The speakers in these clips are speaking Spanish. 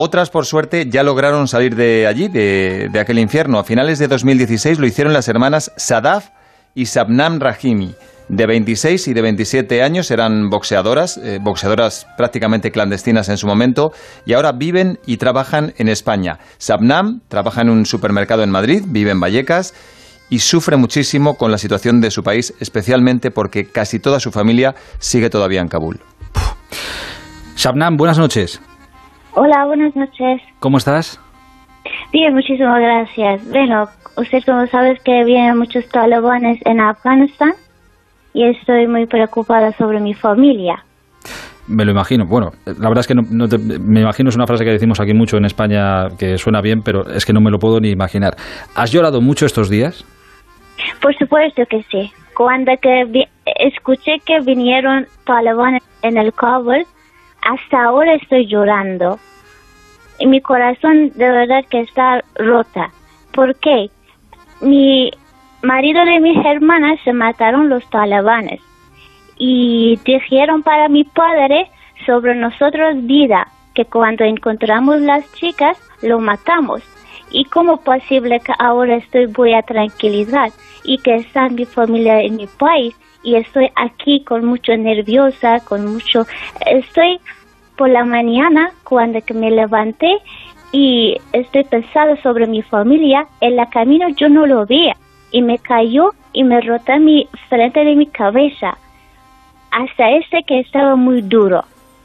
Otras, por suerte, ya lograron salir de allí, de aquel infierno. A finales de 2016 lo hicieron las hermanas Sadaf y Shabnam Rahimi. De 26 y de 27 años, eran boxeadoras prácticamente clandestinas en su momento, y ahora viven y trabajan en España. Shabnam trabaja en un supermercado en Madrid, vive en Vallecas y sufre muchísimo con la situación de su país, especialmente porque casi toda su familia sigue todavía en Kabul. Shabnam, buenas noches. Hola, buenas noches. ¿Cómo estás? Bien, muchísimas gracias. Bueno, usted como sabes que vienen muchos talibanes en Afganistán y estoy muy preocupada sobre mi familia. Me lo imagino. Bueno, la verdad es que me imagino, es una frase que decimos aquí mucho en España que suena bien, pero es que no me lo puedo ni imaginar. ¿Has llorado mucho estos días? Por supuesto que sí. Cuando escuché que vinieron talibanes en el Kabul, hasta ahora estoy llorando. Y mi corazón de verdad que está rota. ¿Por qué? Mi marido de mis hermanas se mataron los talibanes y dijeron para mi padre sobre nosotros vida, que cuando encontramos las chicas lo matamos. ¿Y cómo es posible que ahora estoy muy a tranquilidad y que está mi familia en mi país y estoy aquí con mucho nerviosa, estoy por la mañana cuando que me levanté y estoy pensando sobre mi familia, en la camino yo no lo veía y me cayó y me rotó mi frente de mi cabeza hasta que estaba muy duro.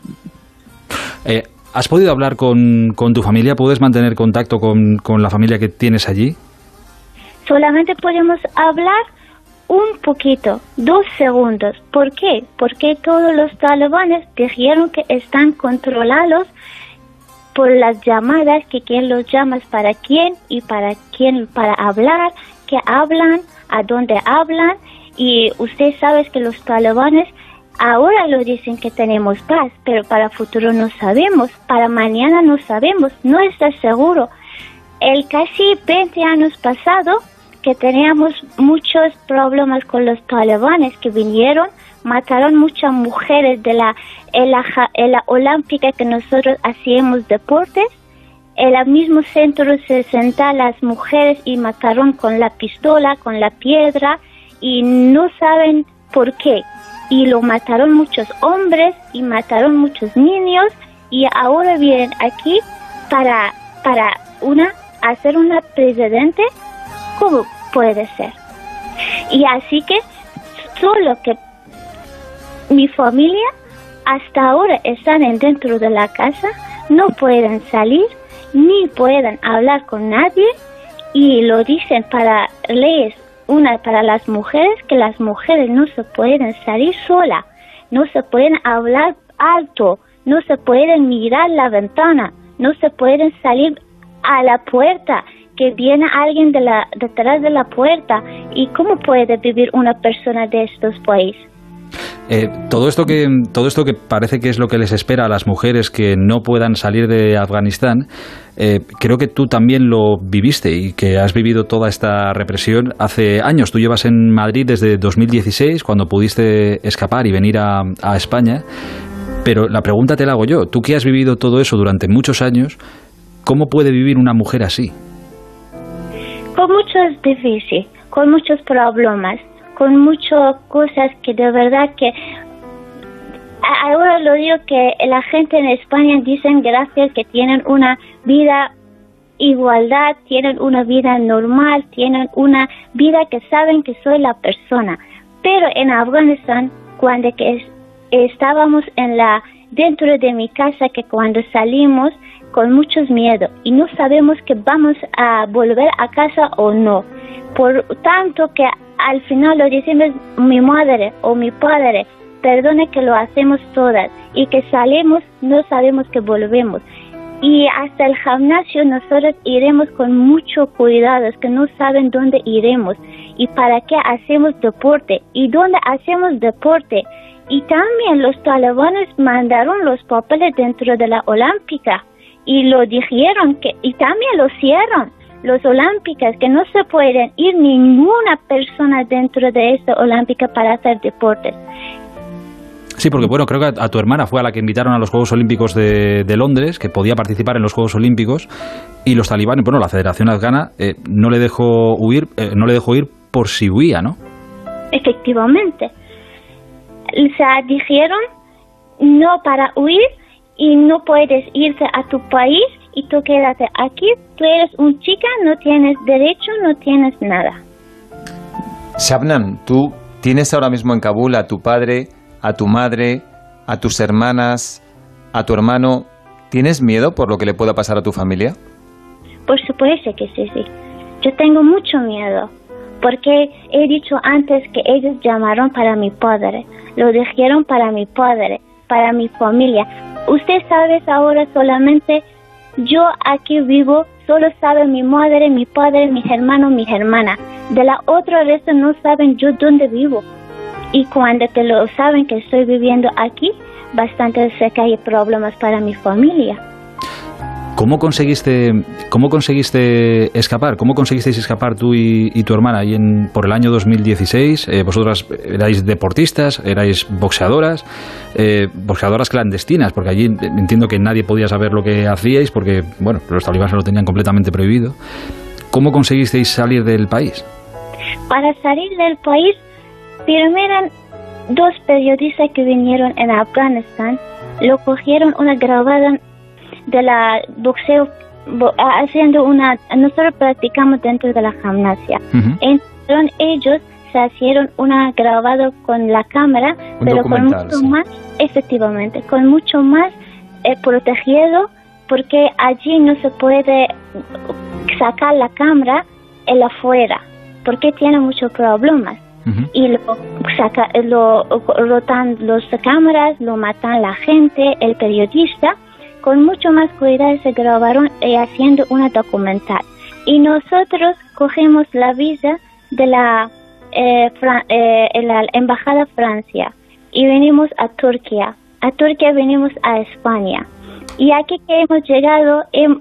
¿Has podido hablar con tu familia? ¿Puedes mantener contacto con la familia que tienes allí? Solamente podemos hablar un poquito, 2 segundos. ¿Por qué? Porque todos los talibanes dijeron que están controlados por las llamadas, que quién los llama para quién y para quién para hablar, que hablan, a dónde hablan, y usted sabe que los talibanes ahora lo dicen que tenemos paz, pero para el futuro no sabemos, para mañana no sabemos, no está seguro. El casi 20 años pasado que teníamos muchos problemas con los talibanes que vinieron, mataron muchas mujeres de la olímpica que nosotros hacíamos deportes. En el mismo centro se sentaron las mujeres y mataron con la pistola, con la piedra, y no saben por qué. Y lo mataron muchos hombres y mataron muchos niños, y ahora vienen aquí para hacer una presidente. ¿Cómo puede ser? Y así que solo que mi familia hasta ahora están dentro de la casa, no pueden salir ni pueden hablar con nadie, y lo dicen para leyes, una para las mujeres, que las mujeres no se pueden salir sola, no se pueden hablar alto, no se pueden mirar la ventana, no se pueden salir a la puerta, que viene alguien detrás de la puerta. ¿Y cómo puede vivir una persona de estos países? Todo esto que parece que es lo que les espera a las mujeres que no puedan salir de Afganistán, creo que tú también lo viviste y que has vivido toda esta represión hace años. Tú llevas en Madrid desde 2016, cuando pudiste escapar y venir a España, pero la pregunta te la hago yo. Tú que has vivido todo eso durante muchos años, ¿cómo puede vivir una mujer así? Con muchos difíciles, con muchos problemas, con muchas cosas que de verdad que ahora lo digo, que la gente en España dicen gracias que tienen una vida igualdad, tienen una vida normal, tienen una vida que saben que soy la persona. Pero en Afganistán, cuando que estábamos dentro de mi casa, que cuando salimos con muchos miedo y no sabemos que vamos a volver a casa o no. Por tanto que al final lo decimos mi madre o mi padre, perdone que lo hacemos todas, y que salimos, no sabemos que volvemos. Y hasta el gimnasio nosotros iremos con mucho cuidado, que no saben dónde iremos y para qué hacemos deporte y dónde hacemos deporte. Y también los talibanes mandaron los papeles dentro de la olímpica y lo dijeron y también lo hicieron los olímpicas, que no se pueden ir ninguna persona dentro de esta olímpica para hacer deportes. Sí, porque bueno, creo que a tu hermana fue a la que invitaron a los Juegos Olímpicos de Londres, que podía participar en los Juegos Olímpicos, y los talibanes, bueno, la Federación Afgana no le dejó ir por si huía, ¿no? Efectivamente. O sea, dijeron no para huir y no puedes irte a tu país y tú quédate aquí. Tú eres una chica, no tienes derecho, no tienes nada. Shabnam, tú tienes ahora mismo en Kabul a tu padre, a tu madre, a tus hermanas, a tu hermano. ¿Tienes miedo por lo que le pueda pasar a tu familia? Por supuesto que sí. Yo tengo mucho miedo, porque he dicho antes que ellos llamaron para mi padre, lo dijeron para mi padre, para mi familia. Usted sabe ahora solamente, yo aquí vivo, solo sabe mi madre, mi padre, mis hermanos, mis hermanas. De la otra vez no saben yo dónde vivo. Y cuando te lo saben que estoy viviendo aquí, bastante sé que hay problemas para mi familia. ¿Cómo conseguiste escapar? ¿Cómo conseguisteis escapar tú y tu hermana ahí por el año 2016? ¿Vosotras erais deportistas? ¿Erais boxeadoras? Boxeadoras clandestinas, porque allí entiendo que nadie podía saber lo que hacíais, porque bueno, los talibanes lo tenían completamente prohibido. ¿Cómo conseguisteis salir del país? Para salir del país, primero eran 2 periodistas que vinieron en Afganistán, lo cogieron una grabada de la boxeo, nosotros practicamos dentro de la gimnasia. Entonces ellos se hicieron una grabado con la cámara, pero con mucho más, efectivamente, con mucho más protegido, porque allí no se puede sacar la cámara en afuera, porque tiene muchos problemas. Y lo rotan las cámaras, lo matan la gente, el periodista. Con mucho más cuidado se grabaron haciendo una documental. Y nosotros cogemos la visa de la Embajada Francia y venimos a Turquía. A Turquía venimos a España. Y aquí que hemos llegado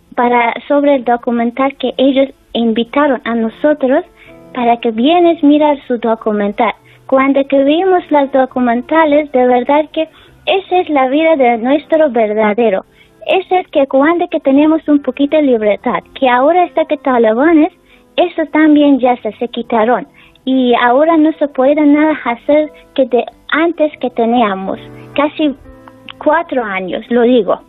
sobre el documental que ellos invitaron a nosotros para que vienes a mirar su documental. Cuando que vimos las documentales, de verdad que esa es la vida de nuestro verdadero. Eso es que cuando que tenemos un poquito de libertad, que ahora está que talibanes, eso también ya se quitaron. Y ahora no se puede nada hacer que de antes que teníamos, casi 4 años, lo digo.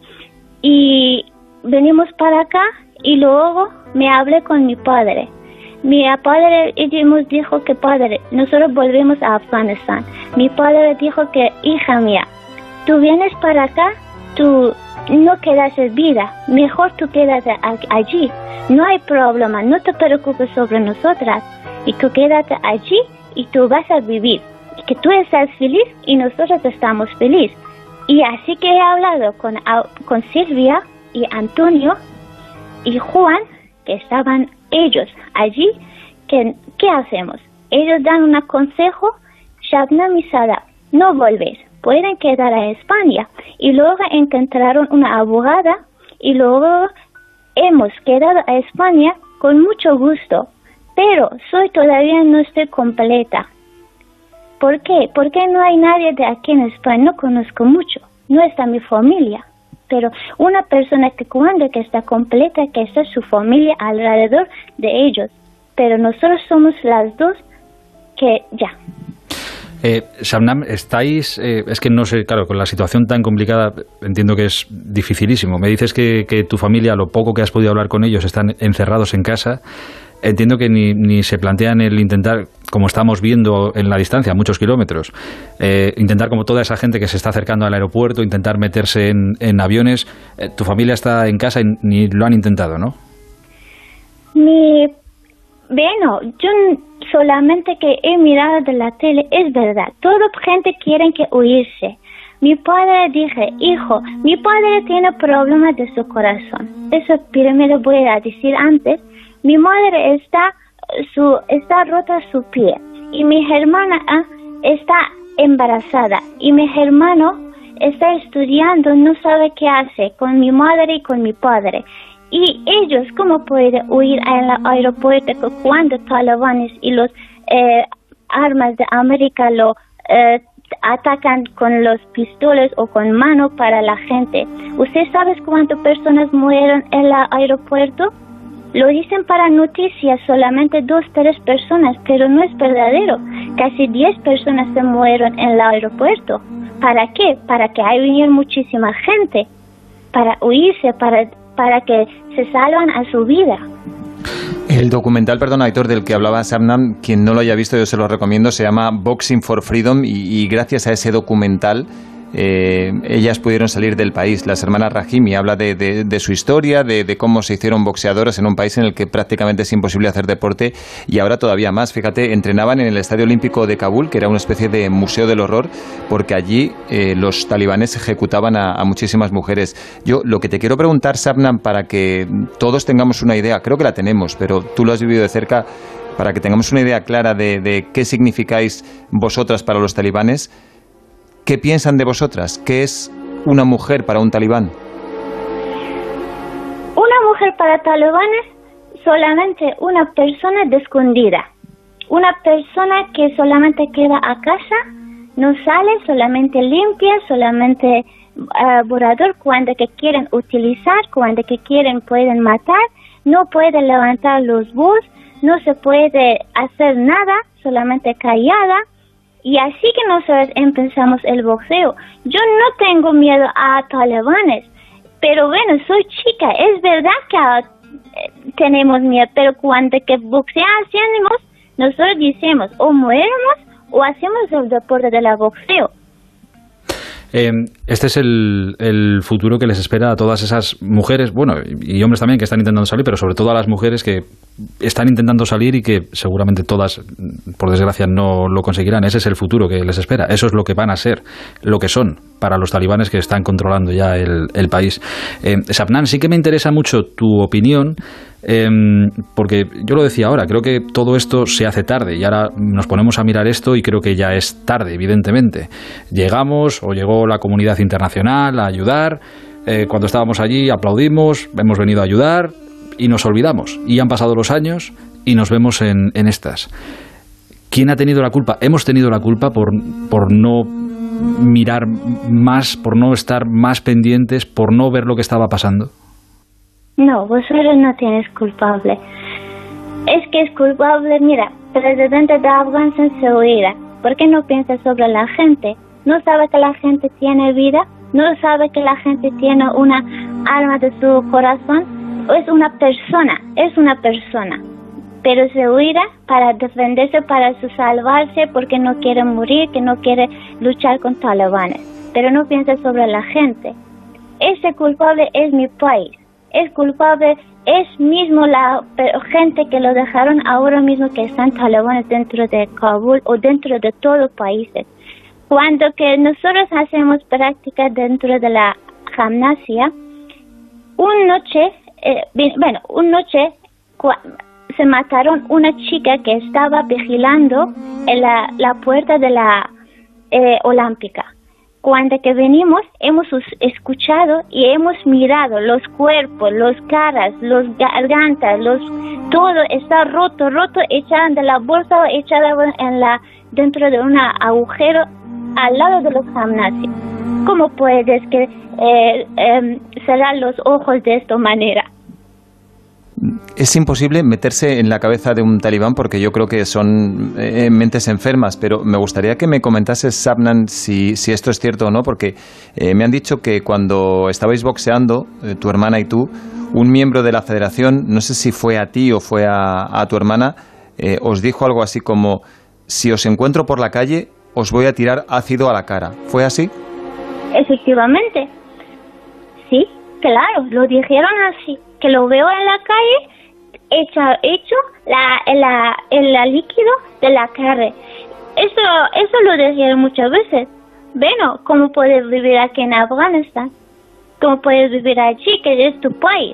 Y venimos para acá y luego me hablé con mi padre. Mi padre nos dijo que padre, nosotros volvemos a Afganistán. Mi padre dijo que hija mía, tú vienes para acá, tú no quedas en vida, mejor tú quédate allí, no hay problema, no te preocupes sobre nosotras, y tú quédate allí y tú vas a vivir, que tú estás feliz y nosotros estamos felices. Y así que he hablado con Silvia y Antonio y Juan, que estaban ellos allí, que ¿qué hacemos? Ellos dan un consejo, Shabnam y Sadaf, no volvéis, pueden quedar a España. Y luego encontraron una abogada y luego hemos quedado a España con mucho gusto, pero todavía no estoy completa. ¿Por qué? Porque no hay nadie de aquí en España, no conozco mucho, no está mi familia. Pero una persona que cuando que está completa, que está su familia alrededor de ellos. Pero nosotros somos las dos que ya. Shabnam, estáis, es que no sé, claro, con la situación tan complicada entiendo que es dificilísimo. Me dices que tu familia, lo poco que has podido hablar con ellos, están encerrados en casa. Entiendo que ni se plantean el intentar, como estamos viendo en la distancia, muchos kilómetros, intentar como toda esa gente que se está acercando al aeropuerto, intentar meterse en aviones. Tu familia está en casa y ni lo han intentado, ¿no? Bueno, yo solamente que he mirado de la tele, es verdad, toda gente quiere que huirse. Mi padre dije, hijo, mi padre tiene problemas de su corazón. Eso primero voy a decir antes. Mi madre está rota su pie y mi hermana está embarazada y mi hermano está estudiando, no sabe qué hace con mi madre y con mi padre. Y ellos, ¿cómo pueden huir al aeropuerto cuando talibanes y los armas de América atacan con los pistolas o con mano para la gente. ¿Usted sabe cuántas personas murieron en el aeropuerto? Lo dicen para noticias, solamente 2-3 personas, pero no es verdadero. Casi 10 personas se murieron en el aeropuerto. ¿Para qué? Para que haya venido muchísima gente, para huirse, para que se salvan a su vida. El documental, perdona, Aitor, del que hablaba Sabnam, quien no lo haya visto yo se lo recomiendo, se llama Boxing for Freedom y gracias a ese documental ellas pudieron salir del país. Las hermanas Rahimi habla de su historia, de cómo se hicieron boxeadoras en un país en el que prácticamente es imposible hacer deporte y ahora todavía más. Fíjate, entrenaban en el Estadio Olímpico de Kabul, que era una especie de museo del horror, porque allí los talibanes ejecutaban a muchísimas mujeres. Yo lo que te quiero preguntar, Sabnam, para que todos tengamos una idea, creo que la tenemos, pero tú lo has vivido de cerca, para que tengamos una idea clara de qué significáis vosotras para los talibanes. ¿Qué piensan de vosotras? ¿Qué es una mujer para un talibán? Una mujer para talibanes solamente una persona escondida. Una persona que solamente queda a casa, no sale, solamente limpia, solamente borrador cuando que quieren utilizar, cuando que quieren pueden matar, no puede levantar los bus, no se puede hacer nada, solamente callada. Y así que nosotros empezamos el boxeo. Yo no tengo miedo a talibanes, pero bueno, soy chica. Es verdad que tenemos miedo, pero cuando que boxeamos, nosotros decimos o morimos o hacemos el deporte de la boxeo. Este es el futuro que les espera a todas esas mujeres, bueno, y hombres también que están intentando salir, pero sobre todo a las mujeres que están intentando salir y que seguramente todas, por desgracia, no lo conseguirán. Ese es el futuro que les espera. Eso es lo que van a ser, lo que son para los talibanes que están controlando ya el país. Sabnam, sí que me interesa mucho tu opinión, porque yo lo decía ahora, creo que todo esto se hace tarde y ahora nos ponemos a mirar esto y creo que ya es tarde, evidentemente. Llegamos o llegó la comunidad internacional a ayudar, cuando estábamos allí aplaudimos, hemos venido a ayudar y nos olvidamos y han pasado los años y nos vemos en estas. ¿Quién ha tenido la culpa? Hemos tenido la culpa por no mirar más, por no estar más pendientes, por no ver lo que estaba pasando. No, vosotros no tienes culpable. Es que es culpable, mira, presidente de Afganistán se huirá. ¿Por qué no piensa sobre la gente? ¿No sabe que la gente tiene vida? ¿No sabe que la gente tiene una alma de su corazón? Es una persona. Pero se huirá para defenderse, para salvarse, porque no quiere morir, que no quiere luchar con talibanes. Pero no piensa sobre la gente. Ese culpable es mi país. Es culpable, es mismo la gente que lo dejaron ahora mismo que están talibanes dentro de Kabul o dentro de todos los países. Cuando que nosotros hacemos prácticas dentro de la gimnasia, una noche se mataron una chica que estaba vigilando en la puerta de la olímpica. Cuando que venimos, hemos escuchado y hemos mirado los cuerpos, las caras, los gargantas, todo está roto, echado de la bolsa, echado dentro de un agujero al lado de los gimnasios. ¿Cómo puedes cerrar los ojos de esta manera? Es imposible meterse en la cabeza de un talibán porque yo creo que son mentes enfermas, pero me gustaría que me comentases, Sabnam, si esto es cierto o no, porque me han dicho que cuando estabais boxeando, tu hermana y tú, un miembro de la federación, no sé si fue a ti o fue a tu hermana, os dijo algo así como: si os encuentro por la calle, os voy a tirar ácido a la cara. ¿Fue así? Efectivamente. Sí, claro, lo dijeron así. Que lo veo en la calle, hecho el líquido de la carne. Eso lo dijeron muchas veces. Bueno, ¿cómo puedes vivir aquí en Afganistán? ¿Cómo puedes vivir allí, que es tu país?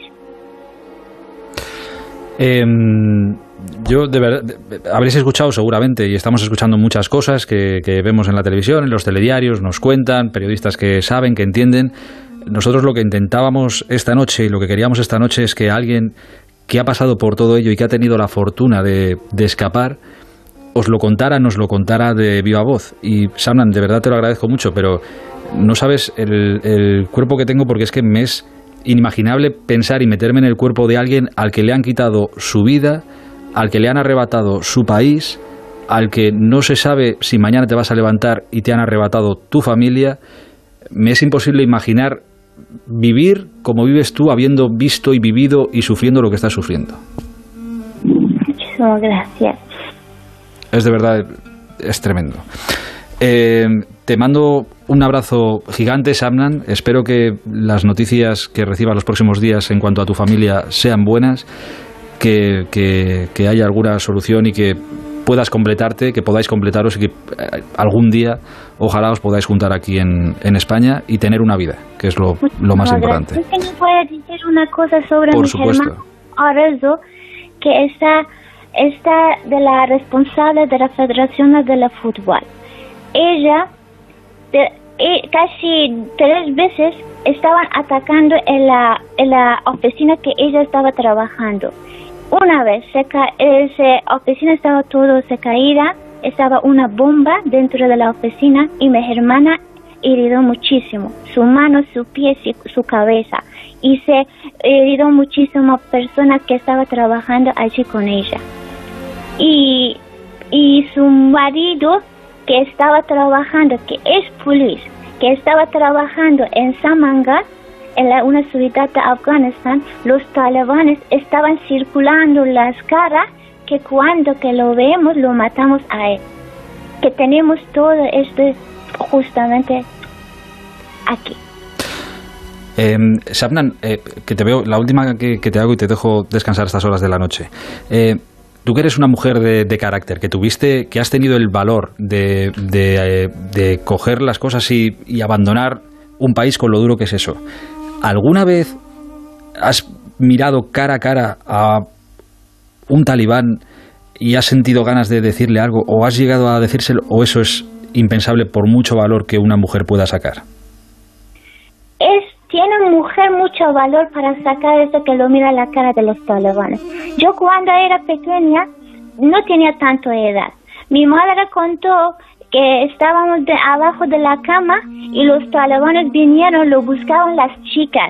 Yo, de verdad, habréis escuchado seguramente, y estamos escuchando muchas cosas que vemos en la televisión, en los telediarios, nos cuentan, periodistas que saben, que entienden. Nosotros lo que intentábamos esta noche y lo que queríamos esta noche es que alguien que ha pasado por todo ello y que ha tenido la fortuna de escapar os lo contara, nos lo contara de viva voz. Y Sabnan, de verdad te lo agradezco mucho, pero no sabes el cuerpo que tengo, porque es que me es inimaginable pensar y meterme en el cuerpo de alguien al que le han quitado su vida, al que le han arrebatado su país, al que no se sabe si mañana te vas a levantar y te han arrebatado tu familia. Me es imposible imaginar vivir como vives tú, habiendo visto y vivido y sufriendo lo que estás sufriendo. Muchísimas gracias. Es de verdad, es tremendo. Te mando un abrazo gigante, Sabnan. Espero que las noticias que recibas los próximos días en cuanto a tu familia sean buenas, que haya alguna solución y que puedas completarte, que podáis completaros y que algún día ojalá os podáis juntar aquí en España y tener una vida, que es lo más importante. Es que no voy a decir una cosa sobre Por mi supuesto. hermano Arezzo, que está de la responsable de la Federación de la Fútbol. Ella casi 3 veces estaban atacando en la oficina que ella estaba trabajando. Una vez esa oficina estaba todo se caída, estaba una bomba dentro de la oficina y mi hermana hirió muchísimo, su mano, su pie, su cabeza, y se hirió muchísimo personas que estaba trabajando allí con ella. Y su marido, que estaba trabajando, que es policía, que estaba trabajando en Samangar, en una ciudad de Afganistán, los talibanes estaban circulando las caras que cuando que lo vemos lo matamos a él. Que tenemos todo esto justamente aquí. Sabnan, que te veo, la última que te hago y te dejo descansar estas horas de la noche. Tú que eres una mujer de carácter, que has tenido el valor de coger las cosas y abandonar un país con lo duro que es eso. ¿Alguna vez has mirado cara a cara a un talibán y has sentido ganas de decirle algo, o has llegado a decírselo, o eso es impensable por mucho valor que una mujer pueda sacar? Tiene mujer mucho valor para sacar eso que lo mira la cara de los talibanes. Yo cuando era pequeña no tenía tanto edad. Mi madre contó que estábamos abajo de la cama y los talibanes vinieron, lo buscaban las chicas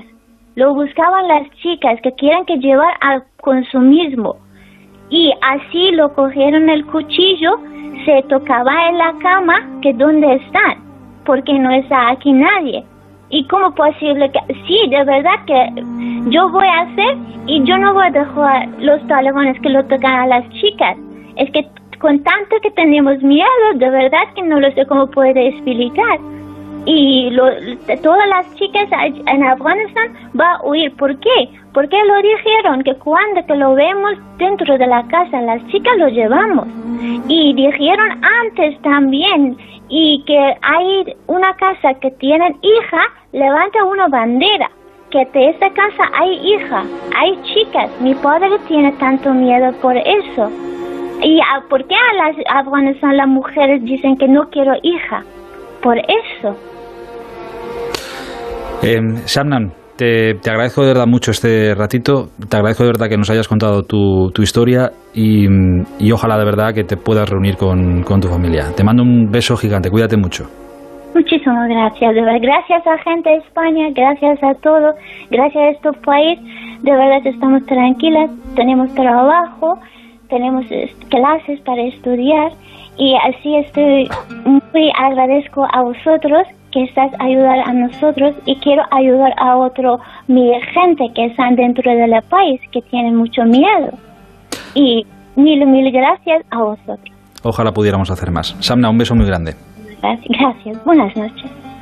que quieren que llevar al consumismo. Y así lo cogieron el cuchillo, se tocaba en la cama que dónde están, porque no está aquí nadie. ¿Y cómo posible que sí, de verdad que yo voy a hacer y yo no voy a dejar los talibanes que lo tocan a las chicas? Es que con tanto que tenemos miedo, de verdad que no lo sé cómo puede explicar. Y todas las chicas en Afganistán va a huir. ¿Por qué? Porque lo dijeron que cuando que lo vemos dentro de la casa, las chicas lo llevamos. Y dijeron antes también, y que hay una casa que tienen hija, levanta una bandera, que de esa casa hay hija, hay chicas. Mi padre tiene tanto miedo por eso. ¿Y por qué a las Afganistán las mujeres dicen que no quiero hija? Por eso. Sabnan, te agradezco de verdad mucho este ratito, te agradezco de verdad que nos hayas contado tu historia y ojalá de verdad que te puedas reunir con tu familia. Te mando un beso gigante, cuídate mucho. Muchísimas gracias, de verdad. Gracias a gente de España, gracias a todo, gracias a este país, de verdad estamos tranquilas, tenemos trabajo, tenemos clases para estudiar y así estoy muy agradezco a vosotros que estás ayudar a nosotros y quiero ayudar a mi gente que están dentro del país que tienen mucho miedo y mil gracias a vosotros. Ojalá pudiéramos hacer más. Sabna, un beso muy grande. Gracias. Buenas noches.